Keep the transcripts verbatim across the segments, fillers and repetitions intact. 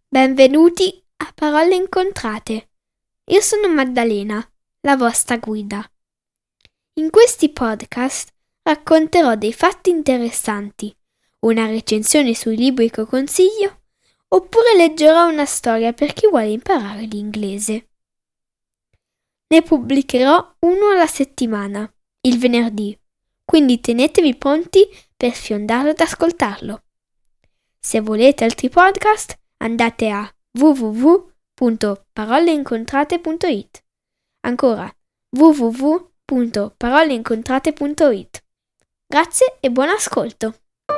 Benvenuti a Parole Incontrate. Io sono Maddalena, la vostra guida. In questi podcast racconterò dei fatti interessanti, una recensione sui libri che consiglio, oppure leggerò una storia per chi vuole imparare l'inglese. Ne pubblicherò uno alla settimana, il venerdì, quindi tenetevi pronti per fiondarlo ed ascoltarlo. Se volete altri podcast, andate a w w w punto paroleincontrate punto i t. Ancora w w w punto paroleincontrate punto i t. Grazie e buon ascolto.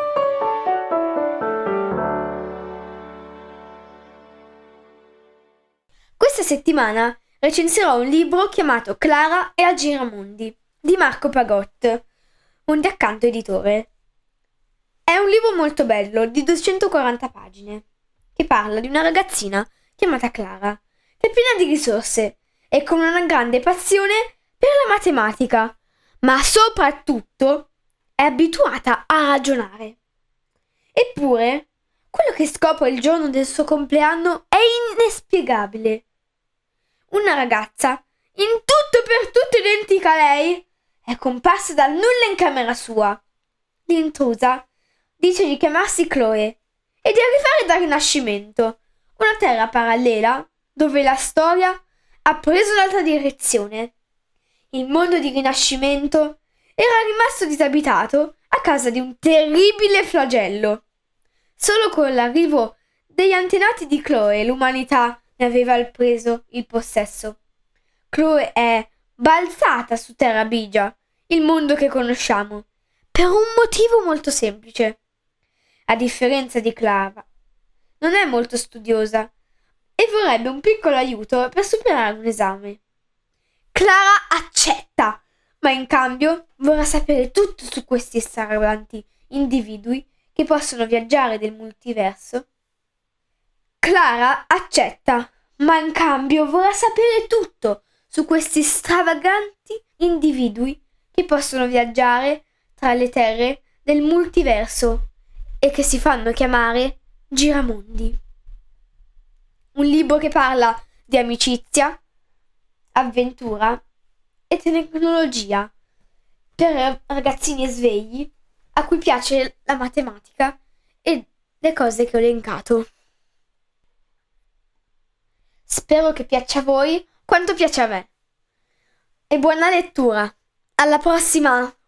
Questa settimana recensirò un libro chiamato Clara e al Giramondi di Marco Pagotto, un Daccanto editore. È un libro molto bello, di duecentoquaranta pagine, che parla di una ragazzina chiamata Clara, che è piena di risorse e con una grande passione per la matematica, ma soprattutto è abituata a ragionare. Eppure, quello che scopre il giorno del suo compleanno è inspiegabile. Una ragazza, in tutto e per tutto identica a lei, è comparsa dal nulla in camera sua. L'intrusa dice di chiamarsi Chloe e di arrivare dal Rinascimento, una terra parallela dove la storia ha preso un'altra direzione. Il mondo di Rinascimento era rimasto disabitato a causa di un terribile flagello. Solo con l'arrivo degli antenati di Chloe l'umanità ne aveva preso il possesso. Chloe è balzata su terra bigia, il mondo che conosciamo, per un motivo molto semplice. A differenza di Clara, non è molto studiosa e vorrebbe un piccolo aiuto per superare un esame. Clara accetta, ma in cambio vorrà sapere tutto su questi stravaganti individui che possono viaggiare nel multiverso. Clara accetta, ma in cambio vorrà sapere tutto su questi stravaganti individui che possono viaggiare tra le terre del multiverso e che si fanno chiamare Giramondi. Un libro che parla di amicizia, avventura e tecnologia per ragazzini svegli a cui piace la matematica e le cose che ho elencato. Spero che piaccia a voi quanto piace a me. E buona lettura! Alla prossima!